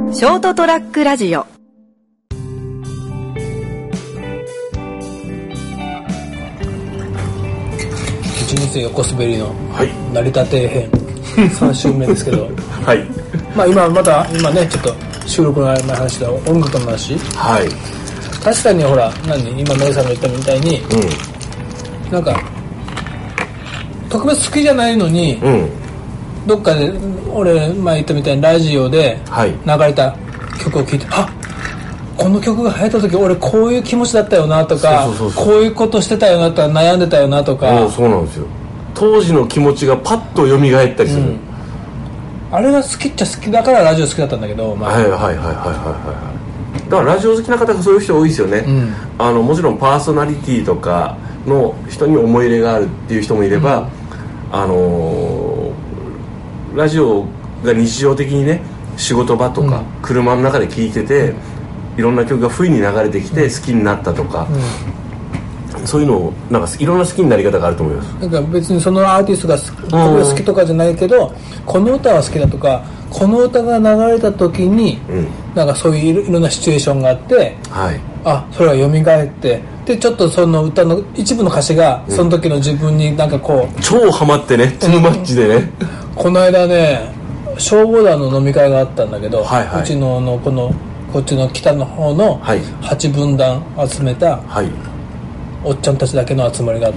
ショートトラックラジオ。 一日横滑りの成り立て編3週目ですけどはい、 まあ今ねちょっと収録の前の話だ音楽の話、 はい、 確かにほら今メイさんが言ったみたいに、なんか特別好きじゃないのに、どっかで俺前言ったみたいにラジオで流れた曲を聴いて、この曲が流行った時俺こういう気持ちだったよなとか、こういうことしてたよなとか悩んでたよなとか、 そうなんですよ。当時の気持ちがパッと蘇ったりする、 あれが好きっちゃ好きだからラジオ好きだったんだけど、だからラジオ好きな方がそういう人多いですよね、もちろんパーソナリティとかの人に思い入れがあるっていう人もいれば、ラジオが日常的にね仕事場とか車の中で聴いてて、いろんな曲が不意に流れてきて好きになったとか、そういうのをなんかいろんな好きになり方があると思います。 なんか別にそのアーティストが好きとかじゃないけど、この歌は好きだとか、この歌が流れた時に、なんかそういういろんなシチュエーションがあって、それが蘇ってでちょっとその歌の一部の歌詞がその時の自分になんかこう、 超ハマってね、トゥーマッチでね、 この間ね消防団の飲み会があったんだけど、うちのこっちの北の方の8分団集めた、おっちゃんたちだけの集まりがあって、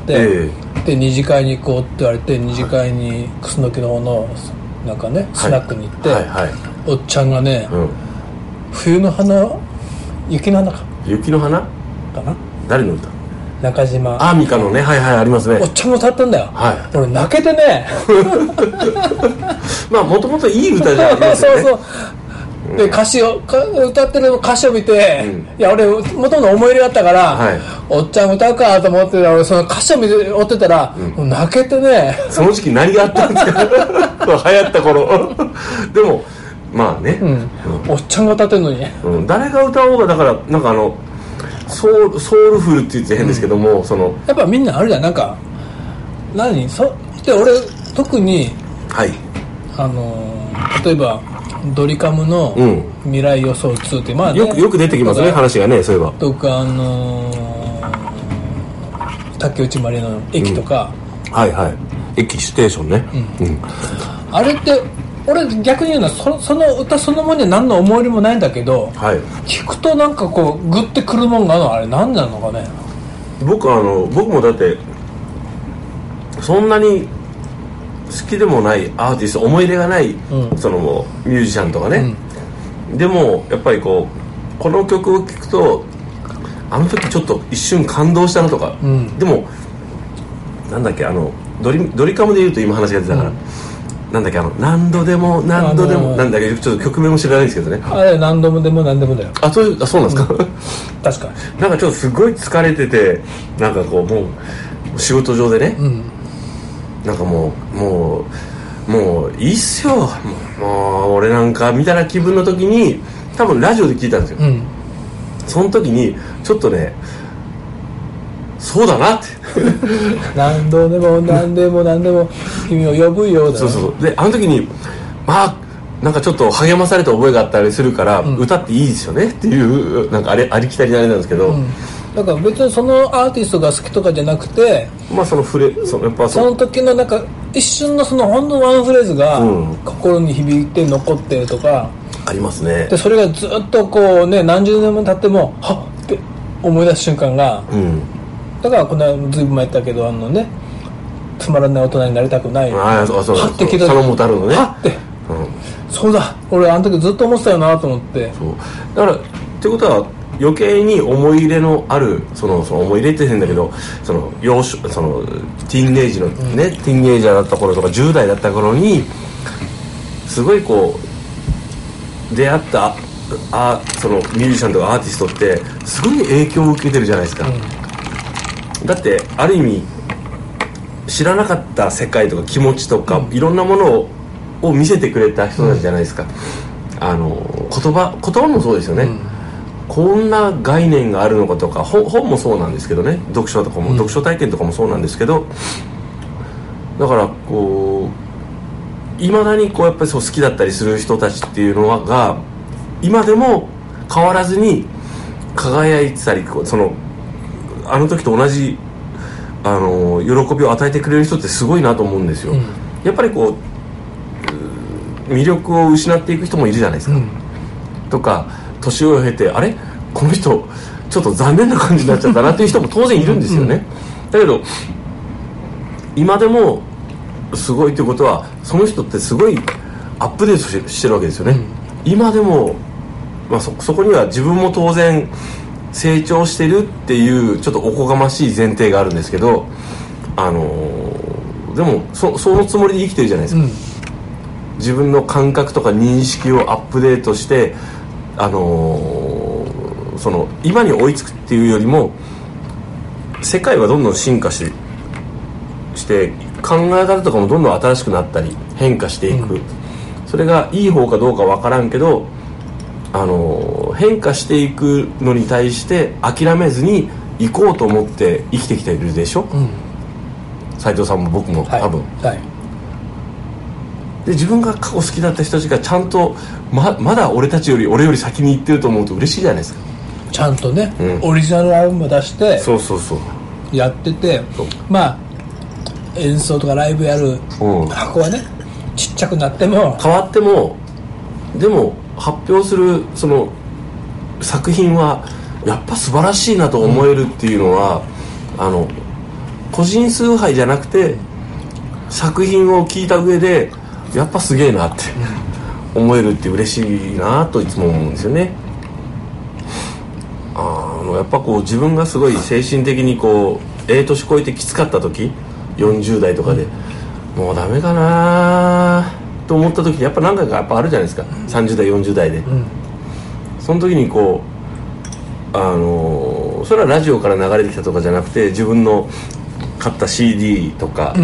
で二次会に行こうって言われて、二次会に楠木の方のなんかねスナックに行って、おっちゃんがね、冬の花、雪の花かな、 誰の歌？ 中島美嘉のね、ありますね。 おっちゃんも歌ったんだよ、俺泣けてねもともといい歌じゃないですかね。 そうで歌ってる歌詞を見て、いや俺元の思い入れがあったから、おっちゃん歌うかと思ってたら、俺その歌詞を見て追ってたら、もう泣けてね。 その時期何があったんですか流行った頃でもおっちゃんが歌ってるのに、 誰が歌おうが、だからなんかソウルフルって言って変ですけども、 やっぱみんなあるじゃん、なんかで俺特に、例えばドリカムの未来予想2って、 よく出てきますね、話がね。そういえばとか竹内まりの駅とか、 駅ステーションね、 あれって俺逆に言うのは、その歌そのものには何の思い入れもないんだけど、聞くとなんかこうグッてくるもんがあるの、あれ何なのかね。 僕もだってそんなに好きでもないアーティスト、思い入れがない、そのミュージシャンとかね、でもやっぱりこの曲を聴くと、あの時ちょっと一瞬感動したのとか、でもなんだっけ、ドリカムで言うと今話が出たから、なんだっけ、何度でもなんだっけ、ちょっと曲名も知らないんですけどね。 あれ何度でも何でもだよ。 そうなんですか、 確かなんかちょっとすごい疲れてて、なんかこうもう仕事上でね、なんかもういいっすよ、もう俺なんかみたいな気分の時に、多分ラジオで聞いたんですよ、その時にちょっとね、そうだなって何度でも何でも何でも君を呼ぶようだ、 であの時になんかちょっと励まされた覚えがあったりするから、歌っていいですよねっていう、なんかありきたりなあれなんですけど、 だから別にそのアーティストが好きとかじゃなくて、 やっぱその時のなんか一瞬のそのほんのワンフレーズが心に響いて残ってるとか、 ありますね。 でそれがずっとこうね、何十年も経ってもはっって思い出す瞬間が、だからこの間ずいぶん前言ったけど、つまらない大人になりたくない、はって聞いた佐野元春のね、 はって、そうだ、俺あの時ずっと思ってたよなと思って。 だからってことは余計に思い入れのある、その思い入れって変だけど、そのティーンエイジのね、ティーンエイジャーだった頃とか10代だった頃にすごいこう出会ったそのミュージシャンとかアーティストってすごい影響を受けてるじゃないですか、だってある意味知らなかった世界とか気持ちとか、いろんなものを見せてくれた人たちじゃないですか、言葉もそうですよね、こんな概念があるのかとか、本もそうなんですけどね、読書とかも、読書体験とかもそうなんですけど、だからこういまだにこうやっぱりそう好きだったりする人たちっていうのが今でも変わらずに輝いてたり、あの時と同じ喜びを与えてくれる人ってすごいなと思うんですよ、やっぱり魅力を失っていく人もいるじゃないですか、とか年を経てあれこの人ちょっと残念な感じになっちゃったなっていう人も当然いるんですよね、だけど今でもすごいということはその人ってすごいアップデートしてるわけですよね、今でも、そこには自分も当然成長してるっていうちょっとおこがましい前提があるんですけど、でもそのつもりで生きてるじゃないですか、自分の感覚とか認識をアップデートして今に追いつくっていうよりも世界はどんどん進化して考え方とかもどんどん新しくなったり変化していく、それがいい方かどうか分からんけど変化していくのに対して諦めずに行こうと思って生きてきてるでしょ、斉藤さんも僕も多分、で自分が過去好きだった人たちがちゃんと まだ俺より先に行ってると思うと嬉しいじゃないですか。 ちゃんとね、オリジナルアルバム出してそうやってて、演奏とかライブやる箱はね、ちっちゃくなっても変わってもでも発表するその作品はやっぱ素晴らしいなと思えるっていうのは、個人崇拝じゃなくて作品を聞いた上でやっぱすげえなって思えるって嬉しいなといつも思うんですよね。やっぱ自分がすごい精神的に年越えてきつかった時40代とかで、もうダメかなと思った時やっぱ何回かやっぱあるじゃないですか、30代40代で、その時にそれはラジオから流れてきたとかじゃなくて自分の買った CD とか、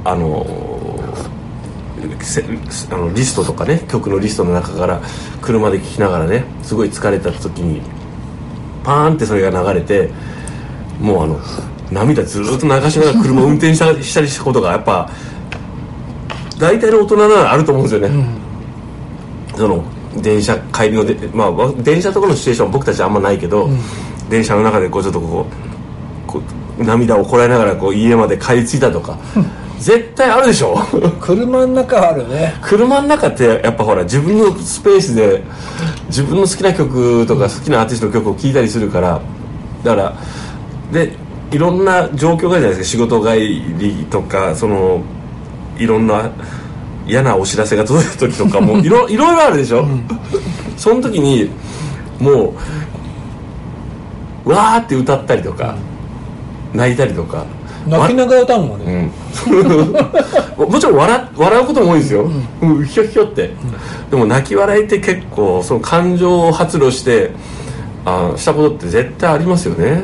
リストとかね、曲のリストの中から車で聴きながらね、すごい疲れた時にパーンってそれが流れて、もう涙ずっと流しながら車を運転したりしたことがやっぱ大体の大人ならあると思うんですよね、その電車帰りの電車とかのシチュエーションは僕たちあんまないけど、電車の中でちょっと涙をこらえながら家まで帰り着いたとか絶対あるでしょ車の中はあるよね。 車の中ってやっぱほら自分のスペースで自分の好きな曲とか好きなアーティストの曲を聴いたりするから、だからでいろんな状況があるじゃないですか。仕事帰りとかいろんな嫌なお知らせが届いた時とかもいろいろあるでしょ、その時にもうわーって歌ったりとか、泣いたりとか泣きながら歌うもんね、 もちろん笑うことも多いですよ、ひょひょって、でも泣き笑いって結構その感情を発露してしたことって絶対ありますよね、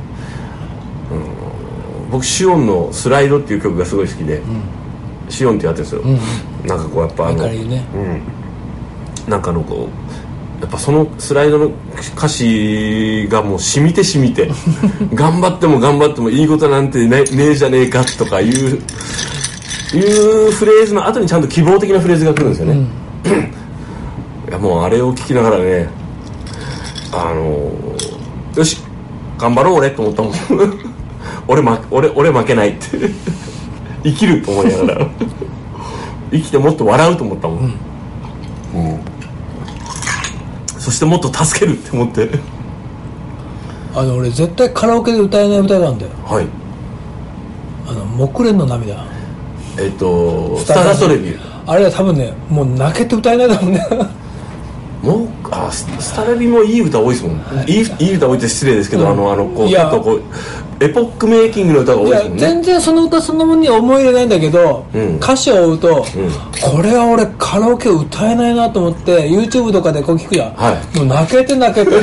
僕シオンのスライドっていう曲がすごい好きで、シオンってやってるんですよ、なんかやっぱなんかやっぱそのスライドの歌詞がもう染みて頑張ってもいいことなんてねえじゃねえかとかいうフレーズの後にちゃんと希望的なフレーズが来るんですよね、いやもうあれを聞きながらね、よし頑張ろう俺と思ったもん俺負けないって生きると思いながら生きてもっと笑うと思ったもん、そしてもっと助けるって思って、 俺絶対カラオケで歌えない歌があるんだよ。木蓮の涙、 スターダストレビュー、 あれは多分ねもう泣けて歌えないだろうねスタレビもいい歌多いですもん、いい歌多いって失礼ですけど、エポックメイキングの歌が多いですもんね。 全然その歌そのものには思い入れないんだけど、歌詞を追うと、これは俺カラオケ歌えないなと思って YouTube とかで聞くやん、もう泣けて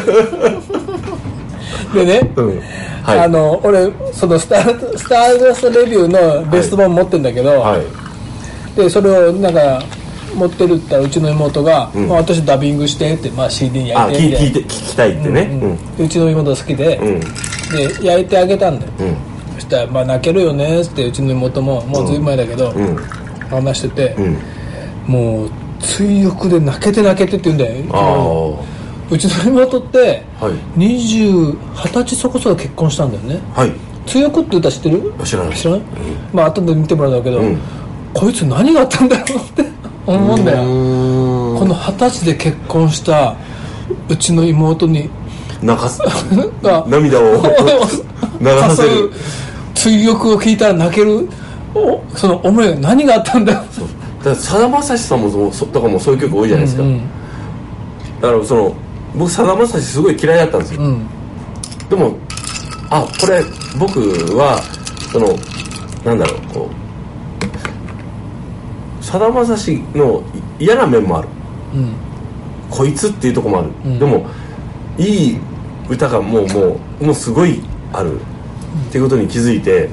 でね、俺そのスターダストレビューのベスト版持ってるんだけど、でそれをなんか持ってるって言ったらうちの妹が、私ダビングしてって、CD に焼いて聞きたいってね、 うちの妹好きで、で焼いてあげたんだよ、そしたら泣けるよねってうちの妹ももうずいぶん前だけど、話してて、もう追憶で泣けてって言うんだよ、 うちの妹って、はい、20歳そこそこ結婚したんだよね。 はい。 強くって歌知ってる？ 知らない。 知らない？まあ後で見てもらうんだけど、こいつ何があったんだろうって思うんだよ。この20歳で結婚したうちの妹に泣かす涙を流させる追憶を聞いたら泣ける。その思いが何があったんだよ。 そうだからさだまさしさんもとかもそういう曲多いじゃないですか、だから僕さだまさしすごい嫌いだったんですよ、でもこれ僕はなんだろう、こうさだまさしの嫌な面もある、こいつっていうところもある、でもいい歌がもうすごいあるっていうことに気づいて、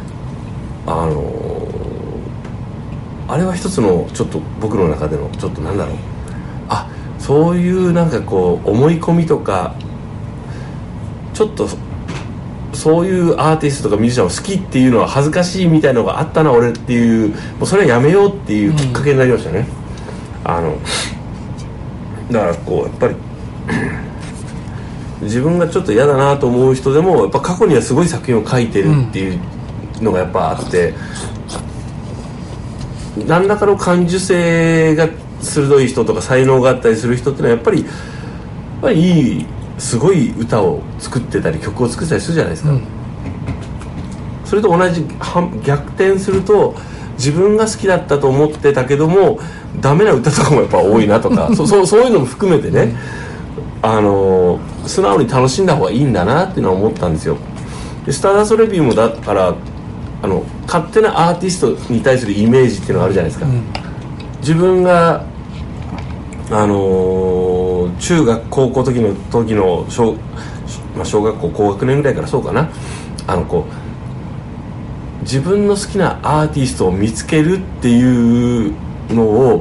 あれは一つのちょっと僕の中でのちょっとなんだろう、そういうなんかこう思い込みとか、ちょっとそういうアーティストとかミュージシャンを好きっていうのは恥ずかしいみたいなのがあったな俺っていう、もうそれはやめようっていうきっかけになりましたね、だからこうやっぱり自分がちょっと嫌だなと思う人でもやっぱ過去にはすごい作品を書いてるっていうのがやっぱあって、何らかの感受性が鋭い人とか才能があったりする人ってのはやっぱりいいすごい歌を作ってたり曲を作ってたりするじゃないですか、それと同じ逆転すると自分が好きだったと思ってたけどもダメな歌とかもやっぱ多いなとかそういうのも含めてね、素直に楽しんだ方がいいんだなっていうのは思ったんですよ。でスターダストレビューもだから勝手なアーティストに対するイメージっていうのがあるじゃないですか、自分が中学高校時の小学校高学年ぐらいからそうかな、自分の好きなアーティストを見つけるっていうのを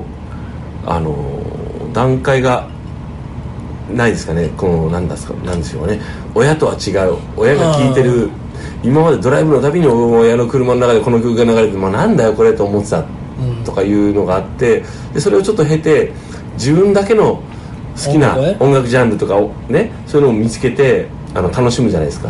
段階がないですかね。なんでしょうね、親とは違う、親が聴いてる、今までドライブのたびに親の車の中でこの曲が流れて、なんだよこれと思ってたとかいうのがあって、でそれをちょっと経て自分だけの好きな音楽ジャンルとかをね、そういうのを見つけて楽しむじゃないですか、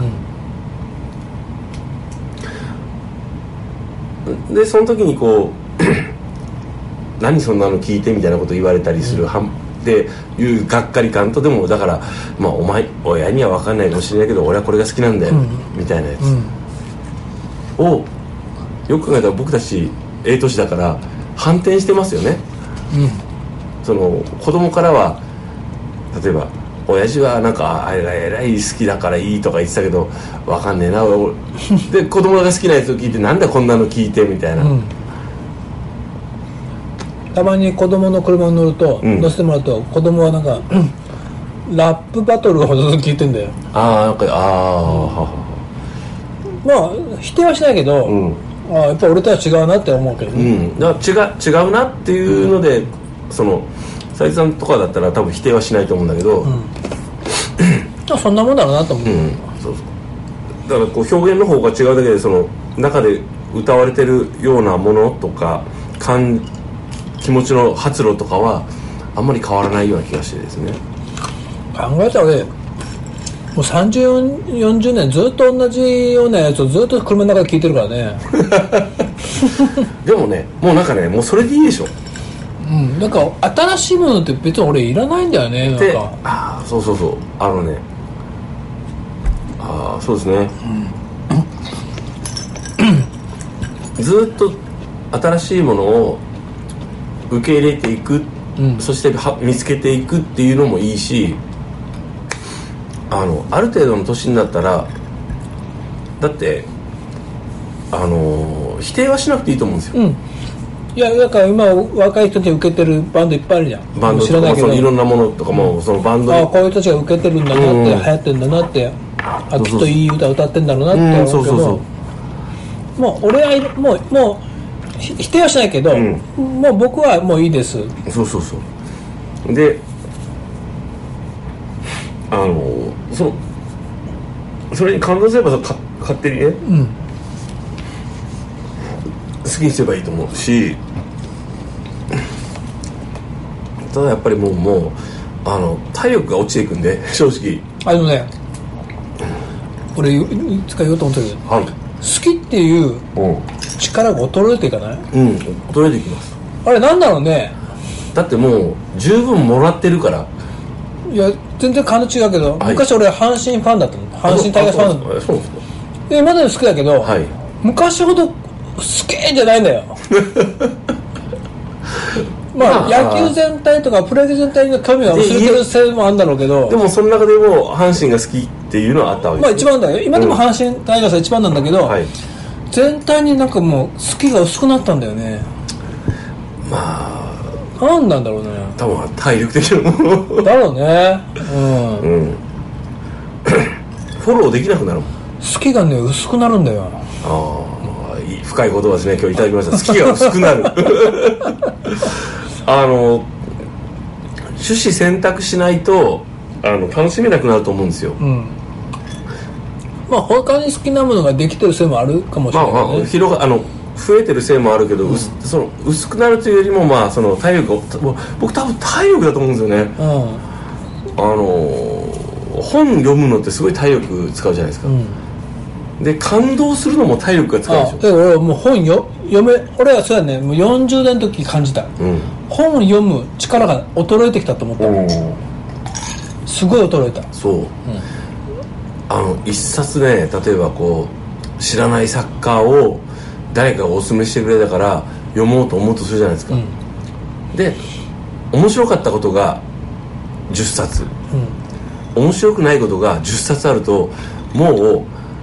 でその時にこう何そんなの聞いてみたいなこと言われたりする、っていうがっかり感と、でもだからお前親には分かんないかもしれないけど俺はこれが好きなんだよ、みたいなやつをよく考えたら僕たち年だから反転してますよね、子供からは例えば親父はなんかあれがえらい好きだからいいとか言ってたけど分かんねえなで子供が好きなやつを聞いてなんだこんなの聞いてみたいな、 たまに子供の車に乗ると、乗せてもらうと子供はなんかラップバトルをほど聞いてんだよ。まあ否定はしないけど、やっぱり俺とは違うなって思うけどね、 だから違うなっていうので、斉藤さんとかだったら多分否定はしないと思うんだけど、 そんなもんだろうなと思う、 そうだからこう表現の方が違うだけで中で歌われてるようなものとか気持ちの発露とかはあんまり変わらないような気がしてですね。 考えたら俺もう30、40年ずっと同じようなやつをずっと車の中で聴いてるからねでもね、もうなんかね、もうそれでいいでしょ。 なんか新しいものって別に俺いらないんだよね。なんかそうそうそう、そうですね、ずっと新しいものを受け入れていく、そして見つけていくっていうのもいいし、ある程度の年になったらだって否定はしなくていいと思うんですよ、 いやだから今若い人に受けてるバンドいっぱいあるじゃん。 バンドとかもいろんなものとかも、そのバンドこういう人たちが受けてるんだなって、流行ってるんだなって、きっといい歌歌ってんだろうなって思うけど、もう俺はもう否定はしないけど、もう僕はもういいです。 そうでそれに感動すれば勝手にね、好きにすればいいと思うし、ただやっぱりもう体力が落ちていくんで正直ね、俺いつか言おうと思ったけど、はい、好きっていう力が衰えていかない？ 衰えていきます。 あれなんだろうね。 だってもう十分もらってるから。 いや全然感じ違うけど、はい、昔俺阪神ファンだったの。阪神タイガースファンだった。そうですか。で今でも好きだけど、はい、昔ほど好きじゃないんだよ。まあ野球全体とかプロ野球全体の興味が薄れてるせいもあるんだろうけど、 でもその中でも阪神が好きっていうのはあったわけです、 まあ一番だよ。今でも阪神タイガースが一番なんだけど、はい、全体になんかもう好きが薄くなったんだよね。 まあ何なんだろうね。 多分体力的なものだろうね。 フォローできなくなるもん。 好きがね薄くなるんだよ。 深い言葉ですね。今日いただきました。好きが薄くなる趣旨選択しないと楽しめなくなると思うんですよ。 まあ他に好きなものができてるせいもあるかもしれないね。 増えてるせいもあるけど、その薄くなるというよりも、まあ、その体力僕多分体力だと思うんですよね。本読むのってすごい体力使うじゃないですか。で感動するのも体力が使うでしょ。 俺もう本俺はそうやね、もう40代の時感じた、本を読む力が衰えてきたと思った。すごい衰えた。 そう、一冊ね、例えばこう知らない作家を誰かがおすすめしてくれたから読もうと思うとするじゃないですか、で面白かったことが10冊、面白くないことが10冊あるともう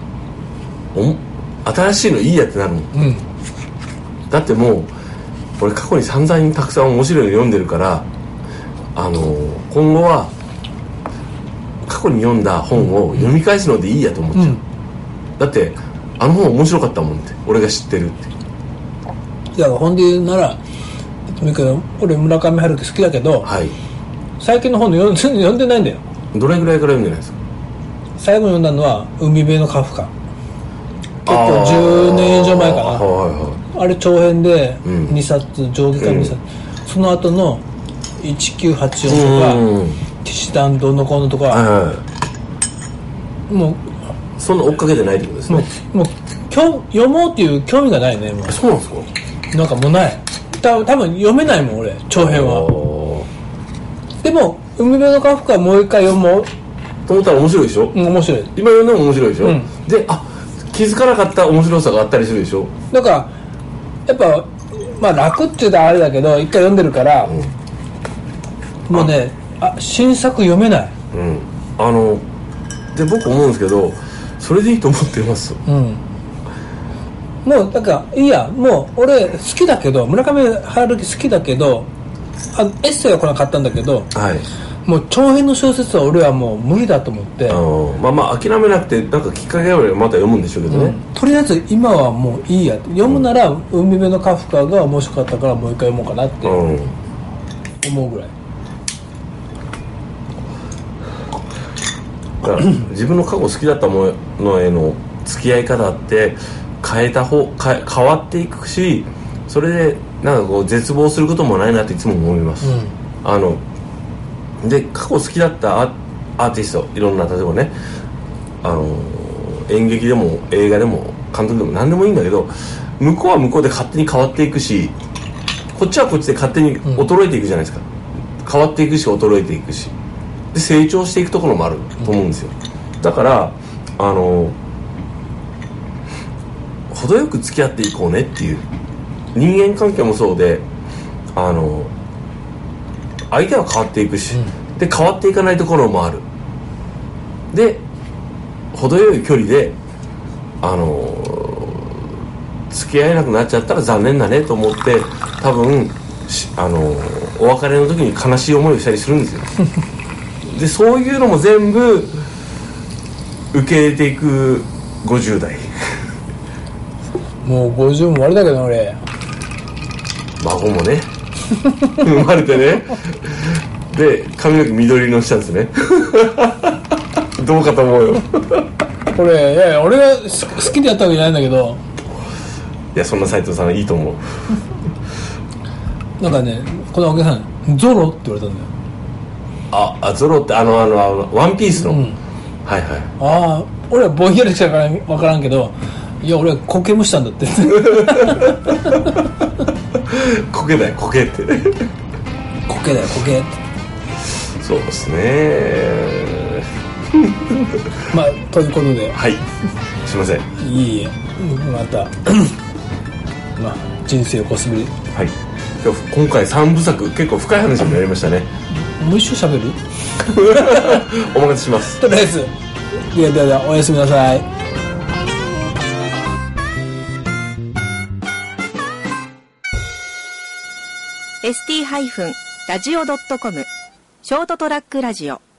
新しいのいいやってなるの、だってもう俺過去に散々にたくさん面白いの読んでるから、今後は過去に読んだ本を読み返すのでいいやと思っちゃう、だってあの本面白かったもんって、俺が知ってるって。 いや本で言うなら俺村上春樹好きだけど、はい、最近の本読んでないんだよ。 どれぐらいから読んでないですか？ 最後に読んだのは海辺のカフカ。結構10年以上前かな。あれ長編で2冊、上下巻2冊、その後の1984とか騎士団どうのこうのとか、もうそんな追っかけてないってことですね。 もう読もうっていう興味がないね。もうそうなんですか？ なんかもうない。多分読めないもん俺長編は。でも海辺のカフカもう一回読もうと思ったら面白いでしょ。 面白い。 今読んでも面白いでしょ、で気づかなかった面白さがあったりするでしょ。 だからやっぱまあ楽って言うとあれだけど一回読んでるから、もうね新作読めない。 で僕思うんですけどそれでいいと思ってます。 もうだからいいや、もう俺好きだけど村上春樹好きだけどエッセイはこれ買ったんだけど、もう長編の小説は俺はもう無理だと思って、 まあ諦めなくてなんかきっかけがあればまた読むんでしょうけどね、 とりあえず今はもういいや、読むなら海辺のカフカが面白かったからもう一回読もうかなって思うぐらい、 自分の過去好きだったものへの付き合い方って変わっていくし、それでなんかこう絶望することもないなっていつも思います、で過去好きだったアーティスト、いろんな例えばね演劇でも映画でも監督でも何でもいいんだけど、向こうは向こうで勝手に変わっていくし、こっちはこっちで勝手に衰えていくじゃないですか、変わっていくし衰えていくしで成長していくところもあると思うんですよ。だから程よく付き合っていこうねっていう、人間関係もそうで相手は変わっていくし、で変わっていかないところもある。で程よい距離で付き合えなくなっちゃったら残念だねと思って、多分お別れの時に悲しい思いをしたりするんですよでそういうのも全部受け入れていく50代もう50も終わりだけど俺孫もね生まれてねで髪の毛緑のしたんですねどうかと思うよこれいや俺が好きでやったわけじゃないんだけど、 いやそんな斉藤さんいいと思うなんかねこのお客さんゾロって言われたんだよ。 ゾロってワンピースの、はいはい。 ああ、俺はぼんやりしか分からんけど、いや俺は苔むしたんだって苔だよ苔ってね苔だよ苔って。 そうですねまあということで、 はい、すいません。 いいえ、またまあ人生をこすり、 はい、今回3部作結構深い話もやりましたね。 もう一周喋るお任せします。 とりあえずではおやすみなさい。 ST-radio.com ショートトラックラジオ